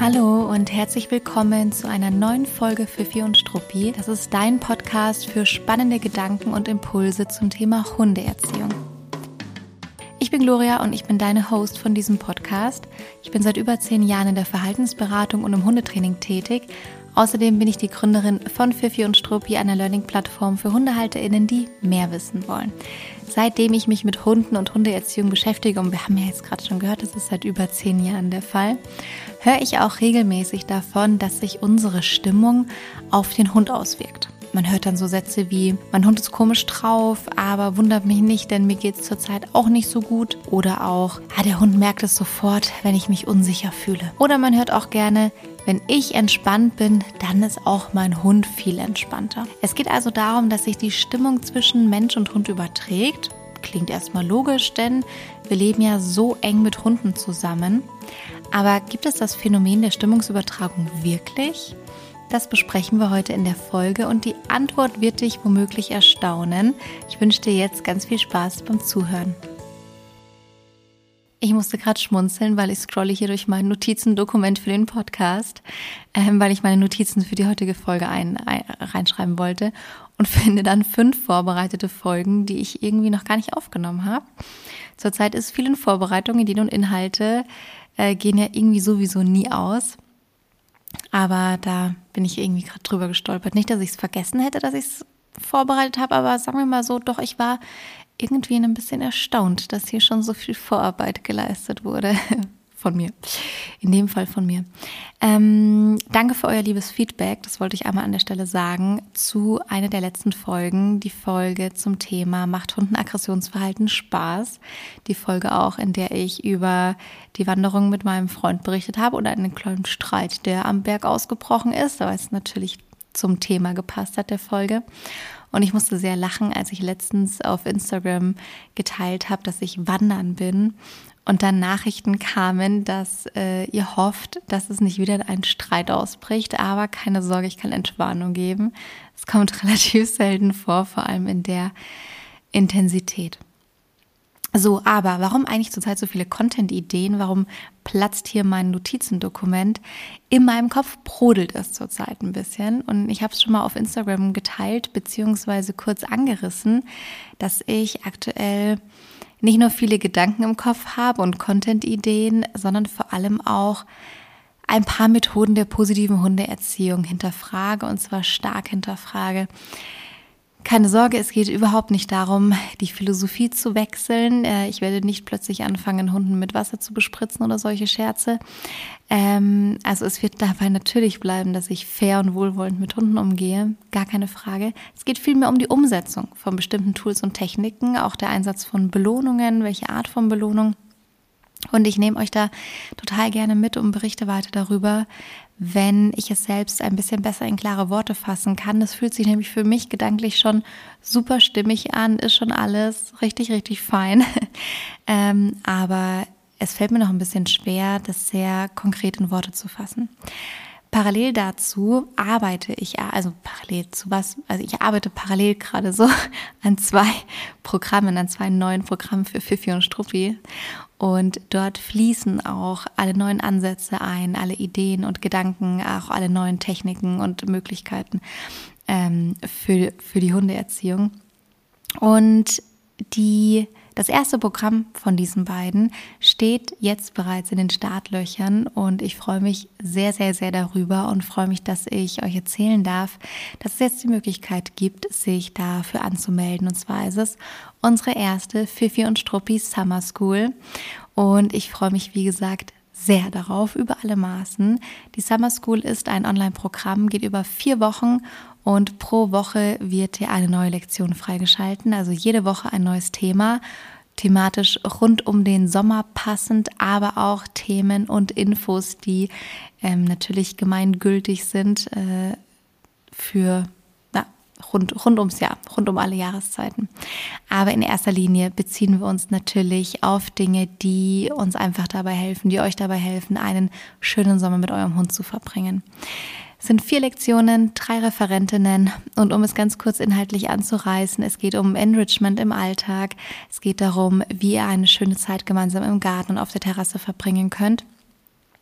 Hallo und herzlich willkommen zu einer neuen Folge Fifi und Struppi. Das ist dein Podcast für spannende Gedanken und Impulse zum Thema Hundeerziehung. Ich bin Gloria und ich bin deine Host von diesem Podcast. Ich bin seit über 10 Jahren in der Verhaltensberatung und im Hundetraining tätig. Außerdem bin ich die Gründerin von Fifi und Struppi, einer Learning-Plattform für HundehalterInnen, die mehr wissen wollen. Seitdem ich mich mit Hunden und Hundeerziehung beschäftige, und wir haben ja jetzt gerade schon gehört, das ist seit über 10 Jahren der Fall, höre ich auch regelmäßig davon, dass sich unsere Stimmung auf den Hund auswirkt. Man hört dann so Sätze wie, mein Hund ist komisch drauf, aber wundert mich nicht, denn mir geht es zurzeit auch nicht so gut. Oder auch, der Hund merkt es sofort, wenn ich mich unsicher fühle. Oder man hört auch gerne, wenn ich entspannt bin, dann ist auch mein Hund viel entspannter. Es geht also darum, dass sich die Stimmung zwischen Mensch und Hund überträgt. Klingt erstmal logisch, denn wir leben ja so eng mit Hunden zusammen. Aber gibt es das Phänomen der Stimmungsübertragung wirklich? Das besprechen wir heute in der Folge und die Antwort wird dich womöglich erstaunen. Ich wünsche dir jetzt ganz viel Spaß beim Zuhören. Ich musste gerade schmunzeln, weil ich scrolle hier durch mein Notizendokument für den Podcast, weil ich meine Notizen für die heutige Folge reinschreiben wollte und finde dann 5 vorbereitete Folgen, die ich irgendwie noch gar nicht aufgenommen habe. Zurzeit ist viel in Vorbereitung, Ideen und Inhalte gehen ja irgendwie sowieso nie aus. Aber da bin ich irgendwie gerade drüber gestolpert. Nicht, dass ich es vergessen hätte, dass ich es vorbereitet habe, aber sagen wir mal so, doch, ich war irgendwie ein bisschen erstaunt, dass hier schon so viel Vorarbeit geleistet wurde. Von mir. In dem Fall von mir. Danke für euer liebes Feedback. Das wollte ich einmal an der Stelle sagen zu einer der letzten Folgen. Die Folge zum Thema macht Hunden Aggressionsverhalten Spaß. Die Folge auch, in der ich über die Wanderung mit meinem Freund berichtet habe und einen kleinen Streit, der am Berg ausgebrochen ist, weil es natürlich zum Thema gepasst hat, der Folge. Und ich musste sehr lachen, als ich letztens auf Instagram geteilt habe, dass ich wandern bin. Und dann Nachrichten kamen, dass ihr hofft, dass es nicht wieder ein Streit ausbricht. Aber keine Sorge, ich kann Entwarnung geben. Es kommt relativ selten vor, vor allem in der Intensität. So, aber warum eigentlich zurzeit so viele Content-Ideen? Warum platzt hier mein Notizendokument? In meinem Kopf brodelt es zurzeit ein bisschen. Und ich habe es schon mal auf Instagram geteilt, beziehungsweise kurz angerissen, dass ich aktuell nicht nur viele Gedanken im Kopf habe und Content-Ideen, sondern vor allem auch ein paar Methoden der positiven Hundeerziehung hinterfrage, und zwar stark hinterfrage. Keine Sorge, es geht überhaupt nicht darum, die Philosophie zu wechseln. Ich werde nicht plötzlich anfangen, Hunden mit Wasser zu bespritzen oder solche Scherze. Also es wird dabei natürlich bleiben, dass ich fair und wohlwollend mit Hunden umgehe. Gar keine Frage. Es geht vielmehr um die Umsetzung von bestimmten Tools und Techniken, auch der Einsatz von Belohnungen, welche Art von Belohnung. Und ich nehme euch da total gerne mit und berichte weiter darüber, wenn ich es selbst ein bisschen besser in klare Worte fassen kann. Das fühlt sich nämlich für mich gedanklich schon super stimmig an, ist schon alles richtig, richtig fein. Aber es fällt mir noch ein bisschen schwer, das sehr konkret in Worte zu fassen. Parallel dazu arbeite ich, ich arbeite parallel gerade so an 2 Programmen, an 2 neuen Programmen für Fifi und Struppi. Und dort fließen auch alle neuen Ansätze ein, alle Ideen und Gedanken, auch alle neuen Techniken und Möglichkeiten für die Hundeerziehung. Und das erste Programm von diesen beiden steht jetzt bereits in den Startlöchern und ich freue mich sehr, sehr, sehr darüber und freue mich, dass ich euch erzählen darf, dass es jetzt die Möglichkeit gibt, sich dafür anzumelden. Und zwar ist es unsere erste Fifi und Struppi Summer School und ich freue mich, wie gesagt, sehr darauf, über alle Maßen. Die Summer School ist ein Online-Programm, geht über 4 Wochen und pro Woche wird dir eine neue Lektion freigeschalten. Also jede Woche ein neues Thema, thematisch rund um den Sommer passend, aber auch Themen und Infos, die natürlich gemeingültig sind für rund ums Jahr, rund um alle Jahreszeiten. Aber in erster Linie beziehen wir uns natürlich auf Dinge, die uns einfach dabei helfen, die euch dabei helfen, einen schönen Sommer mit eurem Hund zu verbringen. Es sind 4 Lektionen, 3 Referentinnen und um es ganz kurz inhaltlich anzureißen, es geht um Enrichment im Alltag, es geht darum, wie ihr eine schöne Zeit gemeinsam im Garten und auf der Terrasse verbringen könnt.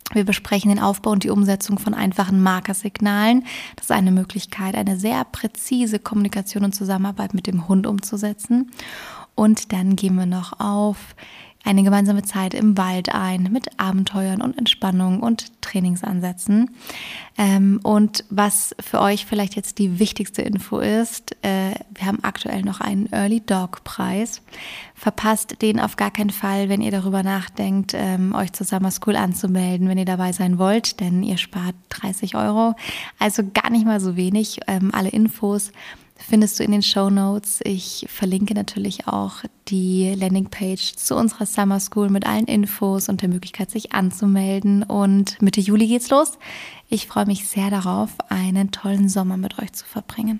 Wir besprechen den Aufbau und die Umsetzung von einfachen Markersignalen. Das ist eine Möglichkeit, eine sehr präzise Kommunikation und Zusammenarbeit mit dem Hund umzusetzen. Und dann gehen wir noch auf eine gemeinsame Zeit im Wald ein mit Abenteuern und Entspannung und Trainingsansätzen. Und was für euch vielleicht jetzt die wichtigste Info ist, wir haben aktuell noch einen Early Dog Preis. Verpasst den auf gar keinen Fall, wenn ihr darüber nachdenkt, euch zur Summer School anzumelden, wenn ihr dabei sein wollt, denn ihr spart 30 €, also gar nicht mal so wenig. Alle Infos findest du in den Shownotes. Ich verlinke natürlich auch die Landingpage zu unserer Summer School mit allen Infos und der Möglichkeit, sich anzumelden. Und Mitte Juli geht's los. Ich freue mich sehr darauf, einen tollen Sommer mit euch zu verbringen.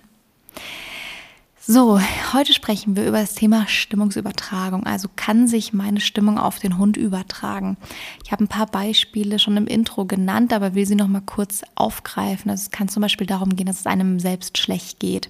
So, heute sprechen wir über das Thema Stimmungsübertragung. Also kann sich meine Stimmung auf den Hund übertragen? Ich habe ein paar Beispiele schon im Intro genannt, aber will sie noch mal kurz aufgreifen. Also es kann zum Beispiel darum gehen, dass es einem selbst schlecht geht.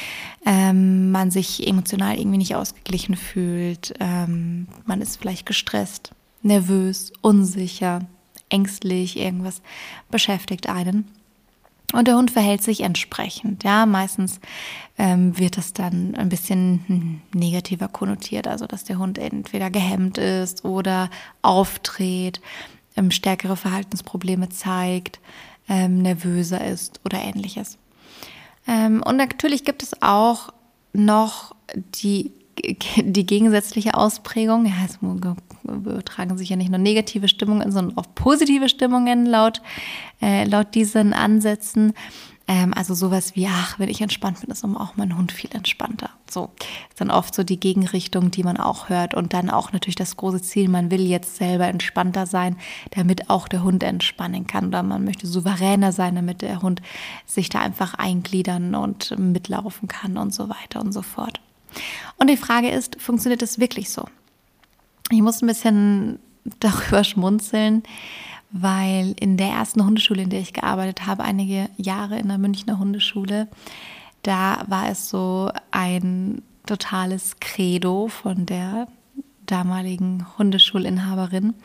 Man sich emotional irgendwie nicht ausgeglichen fühlt. Man ist vielleicht gestresst, nervös, unsicher, ängstlich. Irgendwas beschäftigt einen. Und der Hund verhält sich entsprechend. Ja, meistens wird das dann ein bisschen negativer konnotiert, also dass der Hund entweder gehemmt ist oder aufdreht, stärkere Verhaltensprobleme zeigt, nervöser ist oder ähnliches. Und natürlich gibt es auch noch die gegensätzliche Ausprägung. Ja, es übertragen sich ja nicht nur negative Stimmungen, sondern auch positive Stimmungen laut diesen Ansätzen. Also sowas wie, wenn ich entspannt bin, ist auch mein Hund viel entspannter. So ist dann oft so die Gegenrichtung, die man auch hört. Und dann auch natürlich das große Ziel, man will jetzt selber entspannter sein, damit auch der Hund entspannen kann. Oder man möchte souveräner sein, damit der Hund sich da einfach eingliedern und mitlaufen kann und so weiter und so fort. Und die Frage ist, funktioniert das wirklich so? Ich muss ein bisschen darüber schmunzeln, weil in der ersten Hundeschule, in der ich gearbeitet habe, einige Jahre in der Münchner Hundeschule, da war es so ein totales Credo von der damaligen Hundeschulinhaberin,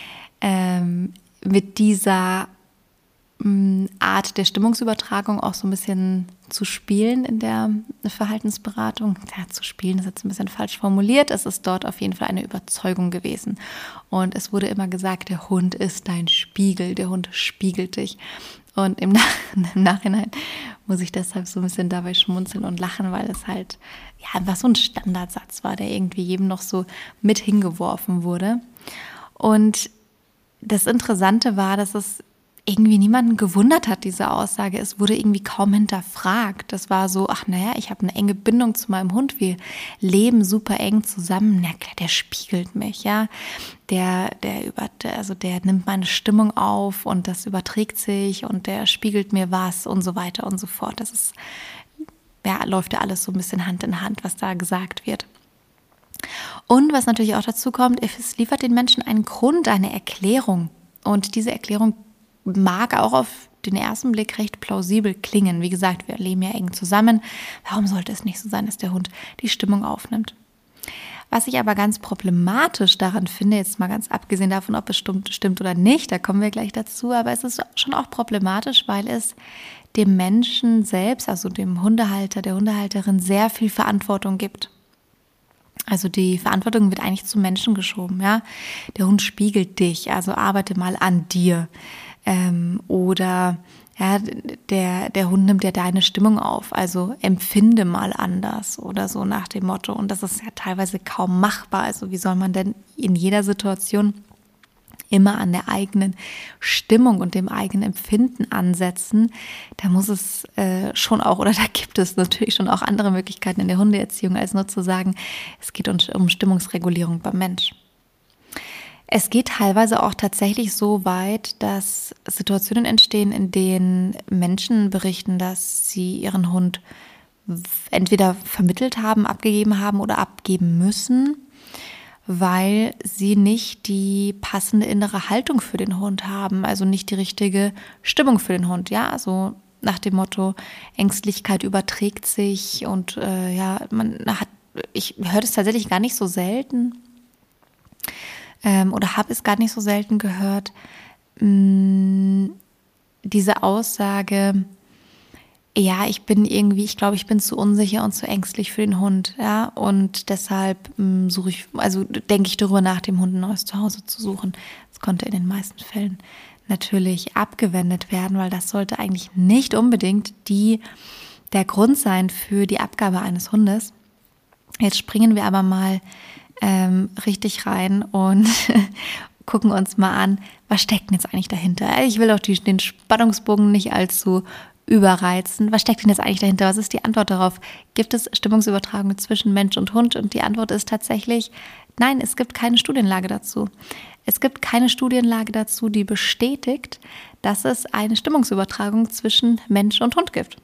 mit dieser Art der Stimmungsübertragung auch so ein bisschen zu spielen in der Verhaltensberatung. Ja, zu spielen ist jetzt ein bisschen falsch formuliert. Es ist dort auf jeden Fall eine Überzeugung gewesen. Und es wurde immer gesagt, der Hund ist dein Spiegel, der Hund spiegelt dich. Und im Nachhinein muss ich deshalb so ein bisschen dabei schmunzeln und lachen, weil es halt ja einfach so ein Standardsatz war, der irgendwie jedem noch so mit hingeworfen wurde. Und das Interessante war, dass es irgendwie niemanden gewundert hat, diese Aussage. Es wurde irgendwie kaum hinterfragt. Das war so, ich habe eine enge Bindung zu meinem Hund. Wir leben super eng zusammen. Na klar, der spiegelt mich, ja. Der nimmt meine Stimmung auf und das überträgt sich und der spiegelt mir was und so weiter und so fort. Das ist, läuft ja alles so ein bisschen Hand in Hand, was da gesagt wird. Und was natürlich auch dazu kommt, es liefert den Menschen einen Grund, eine Erklärung. Und diese Erklärung mag auch auf den ersten Blick recht plausibel klingen. Wie gesagt, wir leben ja eng zusammen. Warum sollte es nicht so sein, dass der Hund die Stimmung aufnimmt? Was ich aber ganz problematisch daran finde, jetzt mal ganz abgesehen davon, ob es stimmt oder nicht, da kommen wir gleich dazu, aber es ist schon auch problematisch, weil es dem Menschen selbst, also dem Hundehalter, der Hundehalterin, sehr viel Verantwortung gibt. Also die Verantwortung wird eigentlich zum Menschen geschoben, ja. Der Hund spiegelt dich, also arbeite mal an dir. Oder ja, der Hund nimmt ja deine Stimmung auf, also empfinde mal anders oder so nach dem Motto. Und das ist ja teilweise kaum machbar. Also wie soll man denn in jeder Situation immer an der eigenen Stimmung und dem eigenen Empfinden ansetzen? Da muss es schon auch, oder da gibt es natürlich schon auch andere Möglichkeiten in der Hundeerziehung, als nur zu sagen, es geht um Stimmungsregulierung beim Mensch. Es geht teilweise auch tatsächlich so weit, dass Situationen entstehen, in denen Menschen berichten, dass sie ihren Hund entweder vermittelt haben, abgegeben haben oder abgeben müssen, weil sie nicht die passende innere Haltung für den Hund haben, also nicht die richtige Stimmung für den Hund. Ja, also nach dem Motto, Ängstlichkeit überträgt sich und ich höre das tatsächlich gar nicht so selten, oder habe es gar nicht so selten gehört, diese Aussage, ja, ich glaube, ich bin zu unsicher und zu ängstlich für den Hund, ja, und deshalb denke ich darüber nach, dem Hund ein neues Zuhause zu suchen. Das konnte in den meisten Fällen natürlich abgewendet werden, weil das sollte eigentlich nicht unbedingt der Grund sein für die Abgabe eines Hundes. Jetzt springen wir aber mal richtig rein und gucken uns mal an, was steckt denn jetzt eigentlich dahinter? Ich will auch den Spannungsbogen nicht allzu überreizen. Was steckt denn jetzt eigentlich dahinter? Was ist die Antwort darauf? Gibt es Stimmungsübertragungen zwischen Mensch und Hund? Und die Antwort ist tatsächlich, nein, es gibt keine Studienlage dazu. Es gibt keine Studienlage dazu, die bestätigt, dass es eine Stimmungsübertragung zwischen Mensch und Hund gibt.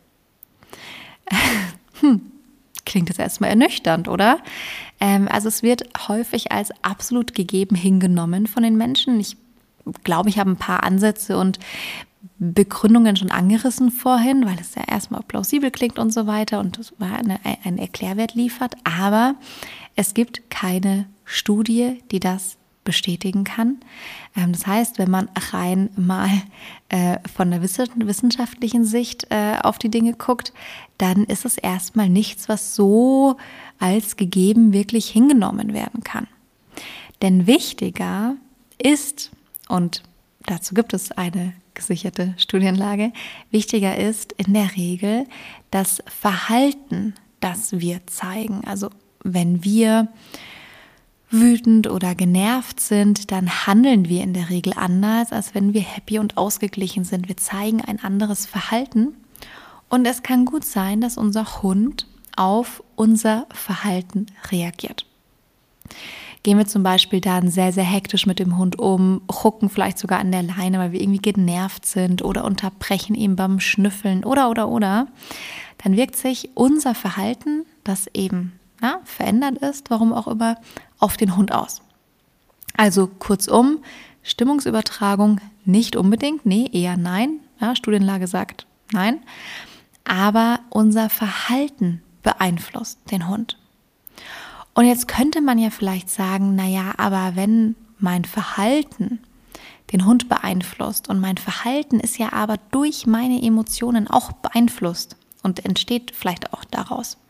Klingt jetzt erstmal ernüchternd, oder? Also es wird häufig als absolut gegeben hingenommen von den Menschen. Ich glaube, ich habe ein paar Ansätze und Begründungen schon angerissen vorhin, weil es ja erstmal plausibel klingt und so weiter und das einen Erklärwert liefert. Aber es gibt keine Studie, die das bestätigen kann. Das heißt, wenn man rein mal von der wissenschaftlichen Sicht auf die Dinge guckt, dann ist es erstmal nichts, was so als gegeben wirklich hingenommen werden kann. Denn wichtiger ist, und dazu gibt es eine gesicherte Studienlage, wichtiger ist in der Regel das Verhalten, das wir zeigen. Also wenn wir wütend oder genervt sind, dann handeln wir in der Regel anders, als wenn wir happy und ausgeglichen sind. Wir zeigen ein anderes Verhalten und es kann gut sein, dass unser Hund auf unser Verhalten reagiert. Gehen wir zum Beispiel dann sehr, sehr hektisch mit dem Hund um, rucken vielleicht sogar an der Leine, weil wir irgendwie genervt sind oder unterbrechen ihn beim Schnüffeln oder, dann wirkt sich unser Verhalten, das eben verändert ist, warum auch immer, auf den Hund aus. Also kurzum, Stimmungsübertragung nicht unbedingt, nee, eher nein. Ja, Studienlage sagt nein. Aber unser Verhalten beeinflusst den Hund. Und jetzt könnte man ja vielleicht sagen, naja, aber wenn mein Verhalten den Hund beeinflusst und mein Verhalten ist ja aber durch meine Emotionen auch beeinflusst und entsteht vielleicht auch daraus,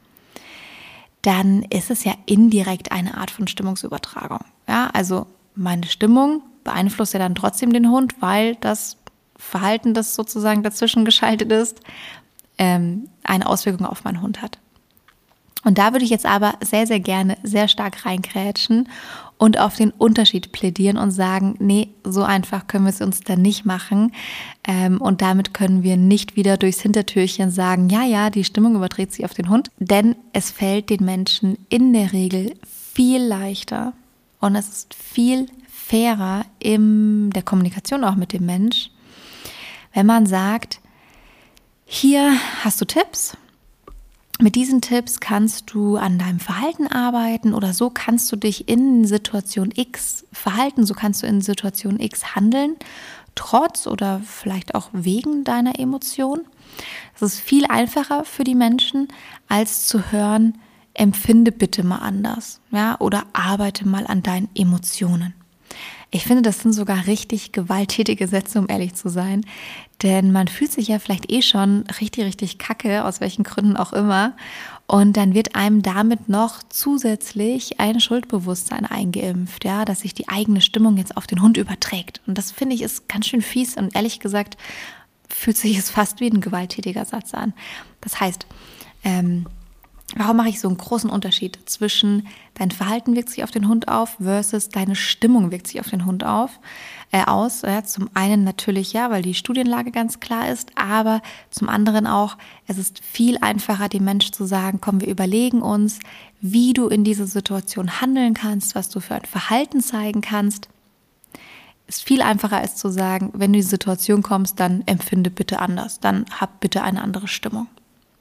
dann ist es ja indirekt eine Art von Stimmungsübertragung. Ja, also meine Stimmung beeinflusst ja dann trotzdem den Hund, weil das Verhalten, das sozusagen dazwischen geschaltet ist, eine Auswirkung auf meinen Hund hat. Und da würde ich jetzt aber sehr, sehr gerne sehr stark reingrätschen und auf den Unterschied plädieren und sagen, nee, so einfach können wir es uns dann nicht machen. Und damit können wir nicht wieder durchs Hintertürchen sagen, ja, die Stimmung überträgt sich auf den Hund. Denn es fällt den Menschen in der Regel viel leichter und es ist viel fairer in der Kommunikation auch mit dem Mensch, wenn man sagt, hier hast du Tipps. Mit diesen Tipps kannst du an deinem Verhalten arbeiten oder so kannst du dich in Situation X verhalten, so kannst du in Situation X handeln, trotz oder vielleicht auch wegen deiner Emotion. Das ist viel einfacher für die Menschen, als zu hören, empfinde bitte mal anders, ja, oder arbeite mal an deinen Emotionen. Ich finde, das sind sogar richtig gewalttätige Sätze, um ehrlich zu sein. Denn man fühlt sich ja vielleicht schon richtig, richtig kacke, aus welchen Gründen auch immer. Und dann wird einem damit noch zusätzlich ein Schuldbewusstsein eingeimpft, ja, dass sich die eigene Stimmung jetzt auf den Hund überträgt. Und das finde ich ist ganz schön fies und ehrlich gesagt fühlt sich es fast wie ein gewalttätiger Satz an. Das heißt, warum mache ich so einen großen Unterschied zwischen dein Verhalten wirkt sich auf den Hund auf versus deine Stimmung wirkt sich auf den Hund aus? Ja, zum einen natürlich ja, weil die Studienlage ganz klar ist, aber zum anderen auch, es ist viel einfacher, dem Menschen zu sagen, komm, wir überlegen uns, wie du in dieser Situation handeln kannst, was du für ein Verhalten zeigen kannst. Ist viel einfacher als zu sagen, wenn du in die Situation kommst, dann empfinde bitte anders, dann hab bitte eine andere Stimmung.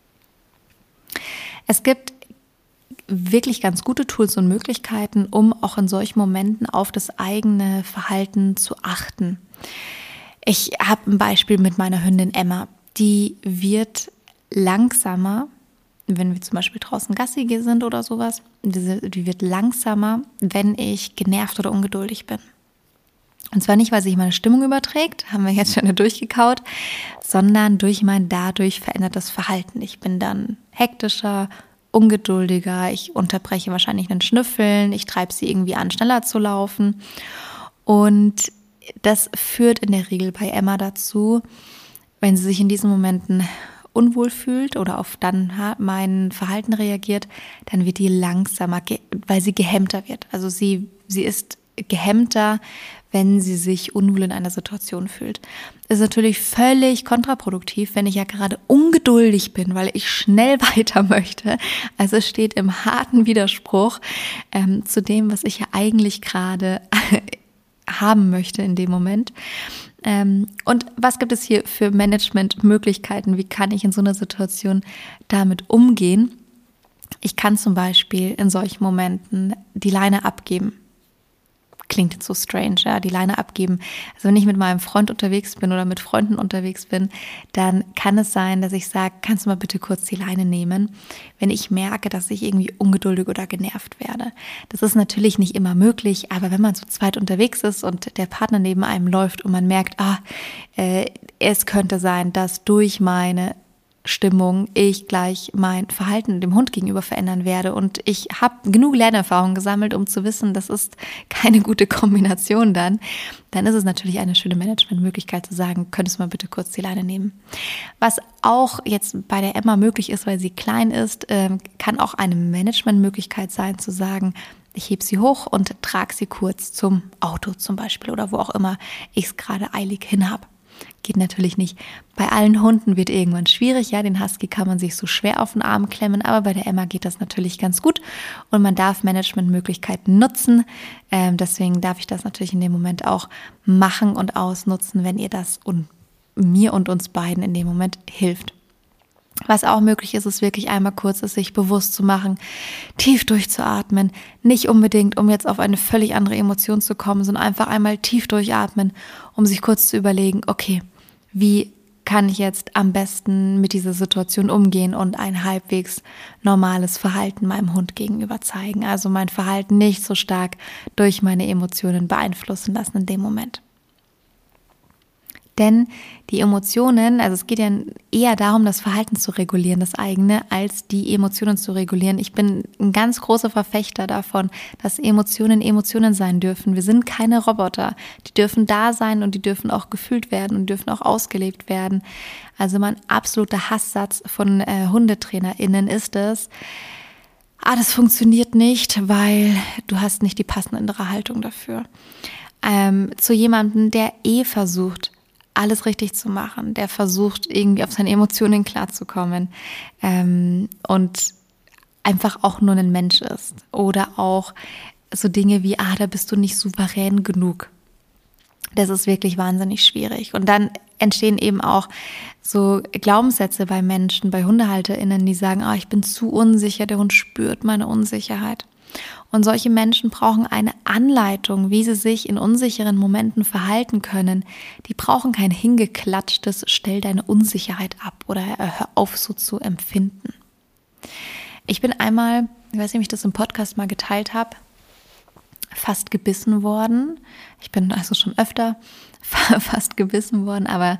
Es gibt wirklich ganz gute Tools und Möglichkeiten, um auch in solchen Momenten auf das eigene Verhalten zu achten. Ich habe ein Beispiel mit meiner Hündin Emma. Die wird langsamer, wenn wir zum Beispiel draußen Gassi sind oder sowas. Die wird langsamer, wenn ich genervt oder ungeduldig bin. Und zwar nicht, weil sich meine Stimmung überträgt, haben wir jetzt schon durchgekaut, sondern durch mein dadurch verändertes Verhalten. Ich bin dann hektischer, ungeduldiger, ich unterbreche wahrscheinlich ein Schnüffeln, ich treibe sie irgendwie an, schneller zu laufen. Und das führt in der Regel bei Emma dazu, wenn sie sich in diesen Momenten unwohl fühlt oder auf dann mein Verhalten reagiert, dann wird die langsamer, weil sie gehemmter wird. Also sie ist gehemmter, wenn sie sich unwohl in einer Situation fühlt. Das ist natürlich völlig kontraproduktiv, wenn ich ja gerade ungeduldig bin, weil ich schnell weiter möchte. Also es steht im harten Widerspruch zu dem, was ich ja eigentlich gerade haben möchte in dem Moment. Und was gibt es hier für Managementmöglichkeiten? Wie kann ich in so einer Situation damit umgehen? Ich kann zum Beispiel in solchen Momenten die Leine abgeben. Klingt jetzt so strange, ja, die Leine abgeben. Also wenn ich mit meinem Freund unterwegs bin oder mit Freunden unterwegs bin, dann kann es sein, dass ich sage, kannst du mal bitte kurz die Leine nehmen, wenn ich merke, dass ich irgendwie ungeduldig oder genervt werde. Das ist natürlich nicht immer möglich, aber wenn man zu zweit unterwegs ist und der Partner neben einem läuft und man merkt, es könnte sein, dass durch meine Stimmung ich gleich mein Verhalten dem Hund gegenüber verändern werde. Und ich habe genug Lernerfahrung gesammelt, um zu wissen, das ist keine gute Kombination dann ist es natürlich eine schöne Managementmöglichkeit zu sagen, könntest du mal bitte kurz die Leine nehmen. Was auch jetzt bei der Emma möglich ist, weil sie klein ist, kann auch eine Managementmöglichkeit sein, zu sagen, ich hebe sie hoch und trage sie kurz zum Auto zum Beispiel oder wo auch immer ich es gerade eilig hin habe. Geht natürlich nicht. Bei allen Hunden wird irgendwann schwierig, ja, den Husky kann man sich so schwer auf den Arm klemmen, aber bei der Emma geht das natürlich ganz gut und man darf Managementmöglichkeiten nutzen. Deswegen darf ich das natürlich in dem Moment auch machen und ausnutzen, wenn ihr das und mir und uns beiden in dem Moment hilft. Was auch möglich ist, ist wirklich einmal kurz, es sich bewusst zu machen, tief durchzuatmen. Nicht unbedingt, um jetzt auf eine völlig andere Emotion zu kommen, sondern einfach einmal tief durchatmen, um sich kurz zu überlegen, okay, wie kann ich jetzt am besten mit dieser Situation umgehen und ein halbwegs normales Verhalten meinem Hund gegenüber zeigen. Also mein Verhalten nicht so stark durch meine Emotionen beeinflussen lassen in dem Moment. Denn die Emotionen, also es geht ja eher darum, das Verhalten zu regulieren, das eigene, als die Emotionen zu regulieren. Ich bin ein ganz großer Verfechter davon, dass Emotionen sein dürfen. Wir sind keine Roboter. Die dürfen da sein und die dürfen auch gefühlt werden und dürfen auch ausgelebt werden. Also mein absoluter Hasssatz von HundetrainerInnen ist es, das funktioniert nicht, weil du hast nicht die passende innere Haltung dafür. Zu jemandem, der versucht, alles richtig zu machen, der versucht, irgendwie auf seine Emotionen klarzukommen und einfach auch nur ein Mensch ist. Oder auch so Dinge wie, da bist du nicht souverän genug. Das ist wirklich wahnsinnig schwierig. Und dann entstehen eben auch so Glaubenssätze bei Menschen, bei HundehalterInnen, die sagen, ich bin zu unsicher, der Hund spürt meine Unsicherheit. Und solche Menschen brauchen eine Anleitung, wie sie sich in unsicheren Momenten verhalten können. Die brauchen kein hingeklatschtes, stell deine Unsicherheit ab oder hör auf so zu empfinden. Ich bin einmal, ich weiß nicht, ob ich das im Podcast mal geteilt habe, fast gebissen worden. Ich bin also schon öfter fast gebissen worden, aber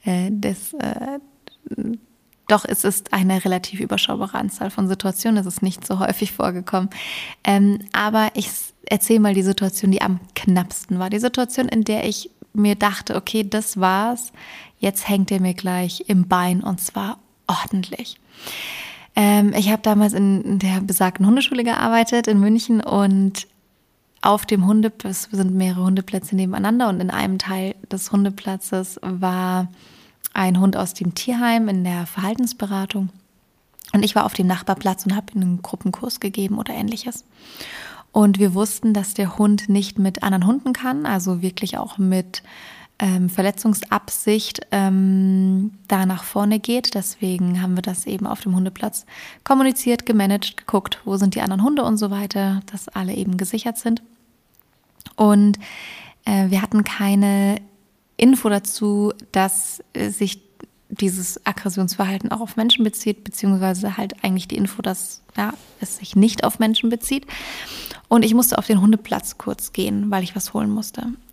doch, es ist eine relativ überschaubare Anzahl von Situationen, das ist nicht so häufig vorgekommen. Aber ich erzähle mal die Situation, die am knappsten war. Die Situation, in der ich mir dachte, okay, das war's, jetzt hängt er mir gleich im Bein und zwar ordentlich. Ich habe damals in der besagten Hundeschule gearbeitet in München und auf dem Hundeplatz, es sind mehrere Hundeplätze nebeneinander und in einem Teil des Hundeplatzes war ein Hund aus dem Tierheim in der Verhaltensberatung und ich war auf dem Nachbarplatz und habe einen Gruppenkurs gegeben oder ähnliches. Und wir wussten, dass der Hund nicht mit anderen Hunden kann, also wirklich auch mit Verletzungsabsicht da nach vorne geht. Deswegen haben wir das eben auf dem Hundeplatz kommuniziert, gemanagt, geguckt, wo sind die anderen Hunde und so weiter, dass alle eben gesichert sind. Und wir hatten keine Info dazu, dass sich dieses Aggressionsverhalten auch auf Menschen bezieht, beziehungsweise halt eigentlich die Info, dass es sich nicht auf Menschen bezieht. Und ich musste auf den Hundeplatz kurz gehen, weil ich was holen musste.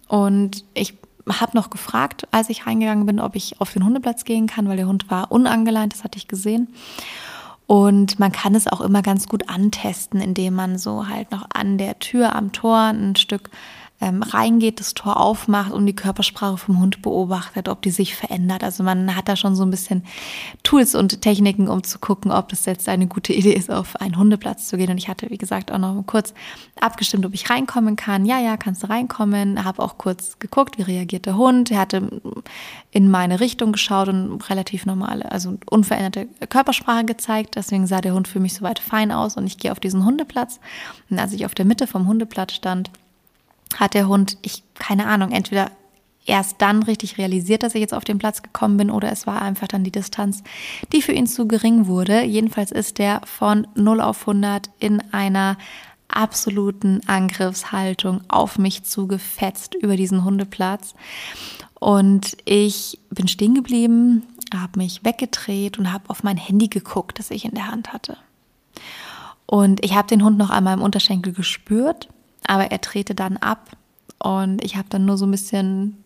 Und ich habe noch gefragt, als ich reingegangen bin, ob ich auf den Hundeplatz gehen kann, weil der Hund war unangeleint, das hatte ich gesehen. Und man kann es auch immer ganz gut antesten, indem man so halt noch an der Tür am Tor ein Stück reingeht, das Tor aufmacht und die Körpersprache vom Hund beobachtet, ob die sich verändert. Also man hat da schon so ein bisschen Tools und Techniken, um zu gucken, ob das jetzt eine gute Idee ist, auf einen Hundeplatz zu gehen. Und ich hatte, wie gesagt, auch noch kurz abgestimmt, ob ich reinkommen kann. Ja, kannst du reinkommen. Habe auch kurz geguckt, wie reagiert der Hund. Er hatte in meine Richtung geschaut und relativ normale, also unveränderte Körpersprache gezeigt. Deswegen sah der Hund für mich soweit fein aus und ich gehe auf diesen Hundeplatz. Und als ich auf der Mitte vom Hundeplatz stand, hat der Hund, keine Ahnung, entweder erst dann richtig realisiert, dass ich jetzt auf den Platz gekommen bin, oder es war einfach dann die Distanz, die für ihn zu gering wurde. Jedenfalls ist der von 0 auf 100 in einer absoluten Angriffshaltung auf mich zugefetzt über diesen Hundeplatz. Und ich bin stehen geblieben, habe mich weggedreht und habe auf mein Handy geguckt, das ich in der Hand hatte. Und ich habe den Hund noch einmal im Unterschenkel gespürt, aber er drehte dann ab und ich habe dann nur so ein bisschen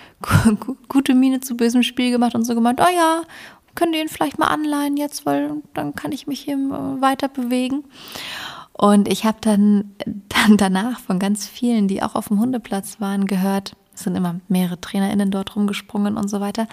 gute Miene zu bösem Spiel gemacht und so gemeint, oh ja, könnt ihr ihn vielleicht mal anleihen jetzt, weil dann kann ich mich hier weiter bewegen. Und ich habe dann danach von ganz vielen, die auch auf dem Hundeplatz waren, gehört, es sind immer mehrere TrainerInnen dort rumgesprungen und so weiter,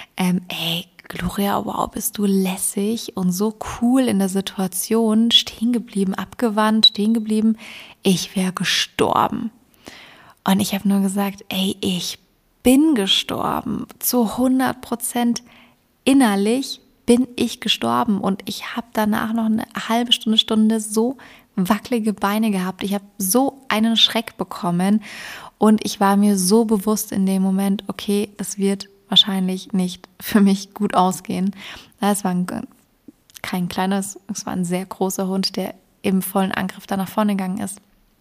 ey, Gloria, wow, bist du lässig und so cool in der Situation, stehen geblieben, abgewandt, stehen geblieben, ich wäre gestorben. Und ich habe nur gesagt, ey, ich bin gestorben, zu 100% innerlich bin ich gestorben und ich habe danach noch eine halbe Stunde so wackelige Beine gehabt, ich habe so einen Schreck bekommen und ich war mir so bewusst in dem Moment, okay, das wird wahrscheinlich nicht für mich gut ausgehen. Es war kein kleines, es war ein sehr großer Hund, der im vollen Angriff da nach vorne gegangen ist.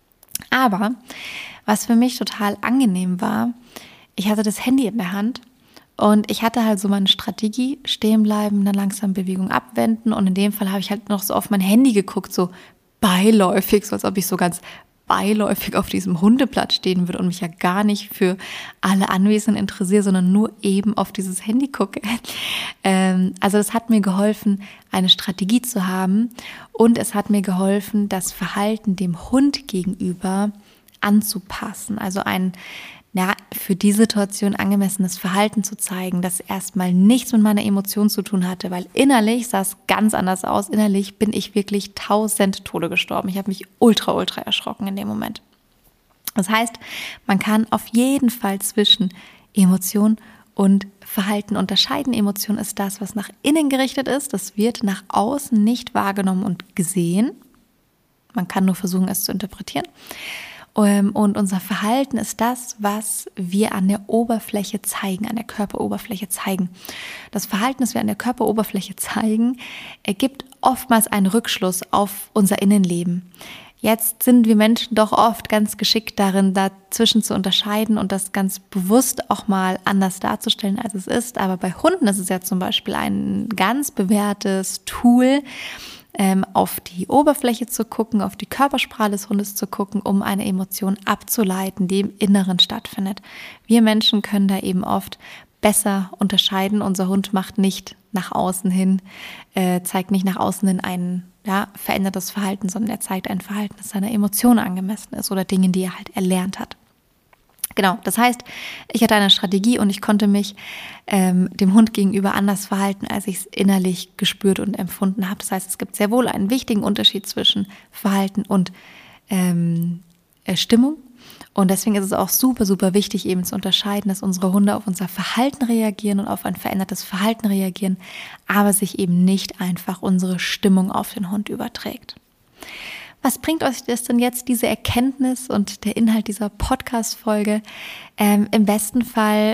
Aber was für mich total angenehm war, ich hatte das Handy in der Hand und ich hatte halt so meine Strategie, stehen bleiben, dann langsam Bewegung abwenden und in dem Fall habe ich halt noch so auf mein Handy geguckt, so beiläufig, so als ob ich so ganz beiläufig auf diesem Hundeplatz stehen würde und mich ja gar nicht für alle Anwesenden interessiere, sondern nur eben auf dieses Handy gucke. Also das hat mir geholfen, eine Strategie zu haben und es hat mir geholfen, das Verhalten dem Hund gegenüber anzupassen. Also ein für die Situation angemessenes Verhalten zu zeigen, das erstmal nichts mit meiner Emotion zu tun hatte, weil innerlich sah es ganz anders aus. Innerlich bin ich wirklich 1000 Tode gestorben. Ich habe mich ultra erschrocken in dem Moment. Das heißt, man kann auf jeden Fall zwischen Emotion und Verhalten unterscheiden. Emotion ist das, was nach innen gerichtet ist. Das wird nach außen nicht wahrgenommen und gesehen. Man kann nur versuchen, es zu interpretieren. Und unser Verhalten ist das, was wir an der Oberfläche zeigen, an der Körperoberfläche zeigen. Das Verhalten, das wir an der Körperoberfläche zeigen, ergibt oftmals einen Rückschluss auf unser Innenleben. Jetzt sind wir Menschen doch oft ganz geschickt darin, dazwischen zu unterscheiden und das ganz bewusst auch mal anders darzustellen, als es ist. Aber bei Hunden ist es ja zum Beispiel ein ganz bewährtes Tool, auf die Oberfläche zu gucken, auf die Körpersprache des Hundes zu gucken, um eine Emotion abzuleiten, die im Inneren stattfindet. Wir Menschen können da eben oft besser unterscheiden. Unser Hund macht nicht nach außen hin, zeigt nicht nach außen hin ein verändertes Verhalten, sondern er zeigt ein Verhalten, das seiner Emotion angemessen ist oder Dingen, die er halt erlernt hat. Genau, das heißt, ich hatte eine Strategie und ich konnte mich dem Hund gegenüber anders verhalten, als ich es innerlich gespürt und empfunden habe. Das heißt, es gibt sehr wohl einen wichtigen Unterschied zwischen Verhalten und Stimmung. Und deswegen ist es auch super wichtig, eben zu unterscheiden, dass unsere Hunde auf unser Verhalten reagieren und auf ein verändertes Verhalten reagieren, aber sich eben nicht einfach unsere Stimmung auf den Hund überträgt. Was bringt euch das denn jetzt, diese Erkenntnis und der Inhalt dieser Podcast-Folge? Im besten Fall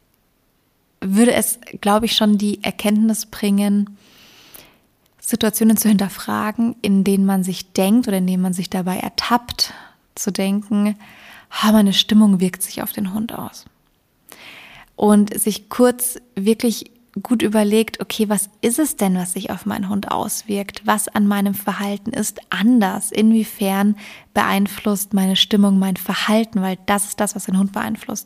würde es, glaube ich, schon die Erkenntnis bringen, Situationen zu hinterfragen, in denen man sich denkt oder in denen man sich dabei ertappt, zu denken, meine Stimmung wirkt sich auf den Hund aus. Und sich kurz wirklich gut überlegt, okay, was ist es denn, was sich auf meinen Hund auswirkt? Was an meinem Verhalten ist anders? Inwiefern beeinflusst meine Stimmung mein Verhalten? Weil das ist das, was den Hund beeinflusst.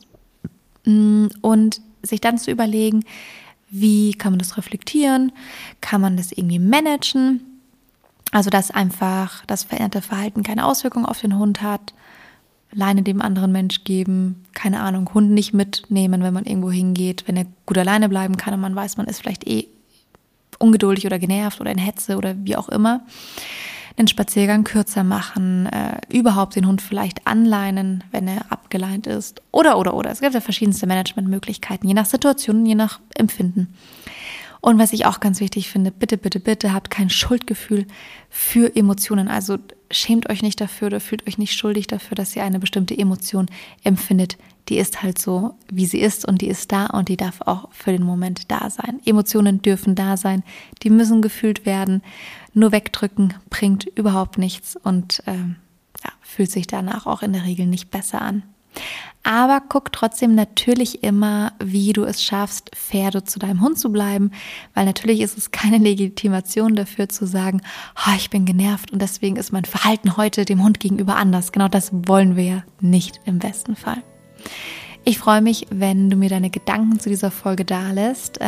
Und sich dann zu überlegen, wie kann man das reflektieren? Kann man das irgendwie managen? Also, dass einfach das veränderte Verhalten keine Auswirkung auf den Hund hat. Leine dem anderen Mensch geben, keine Ahnung, Hund nicht mitnehmen, wenn man irgendwo hingeht, wenn er gut alleine bleiben kann und man weiß, man ist vielleicht ungeduldig oder genervt oder in Hetze oder wie auch immer. Den Spaziergang kürzer machen, überhaupt den Hund vielleicht anleinen, wenn er abgeleint ist oder. Es gibt ja verschiedenste Managementmöglichkeiten, je nach Situation, je nach Empfinden. Und was ich auch ganz wichtig finde, bitte habt kein Schuldgefühl für Emotionen. Also schämt euch nicht dafür oder fühlt euch nicht schuldig dafür, dass ihr eine bestimmte Emotion empfindet. Die ist halt so, wie sie ist und die ist da und die darf auch für den Moment da sein. Emotionen dürfen da sein, die müssen gefühlt werden. Nur wegdrücken bringt überhaupt nichts und fühlt sich danach auch in der Regel nicht besser an. Aber guck trotzdem natürlich immer, wie du es schaffst, fair zu deinem Hund zu bleiben, weil natürlich ist es keine Legitimation dafür zu sagen, ich bin genervt und deswegen ist mein Verhalten heute dem Hund gegenüber anders. Genau das wollen wir ja nicht im besten Fall. Ich freue mich, wenn du mir deine Gedanken zu dieser Folge dalässt,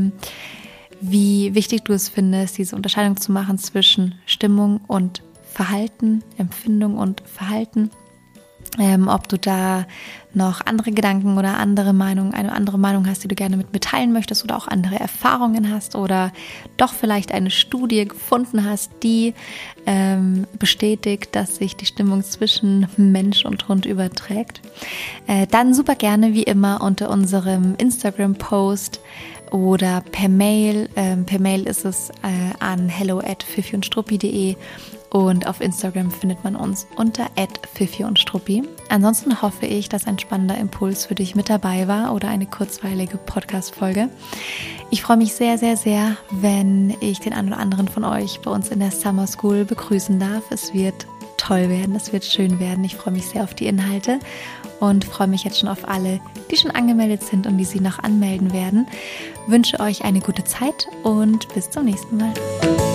wie wichtig du es findest, diese Unterscheidung zu machen zwischen Stimmung und Verhalten, Empfindung und Verhalten. Ob du da noch andere Gedanken oder eine andere Meinung hast, die du gerne mit mir teilen möchtest oder auch andere Erfahrungen hast oder doch vielleicht eine Studie gefunden hast, die bestätigt, dass sich die Stimmung zwischen Mensch und Hund überträgt, dann super gerne wie immer unter unserem Instagram-Post oder per Mail. Per Mail ist es an hello@fifiundstruppi.de. Und auf Instagram findet man uns unter @fifiundstruppi. Ansonsten hoffe ich, dass ein spannender Impuls für dich mit dabei war oder eine kurzweilige Podcast-Folge. Ich freue mich sehr, sehr, sehr, wenn ich den einen oder anderen von euch bei uns in der Summer School begrüßen darf. Es wird toll werden, es wird schön werden. Ich freue mich sehr auf die Inhalte und freue mich jetzt schon auf alle, die schon angemeldet sind und die sich noch anmelden werden. Wünsche euch eine gute Zeit und bis zum nächsten Mal.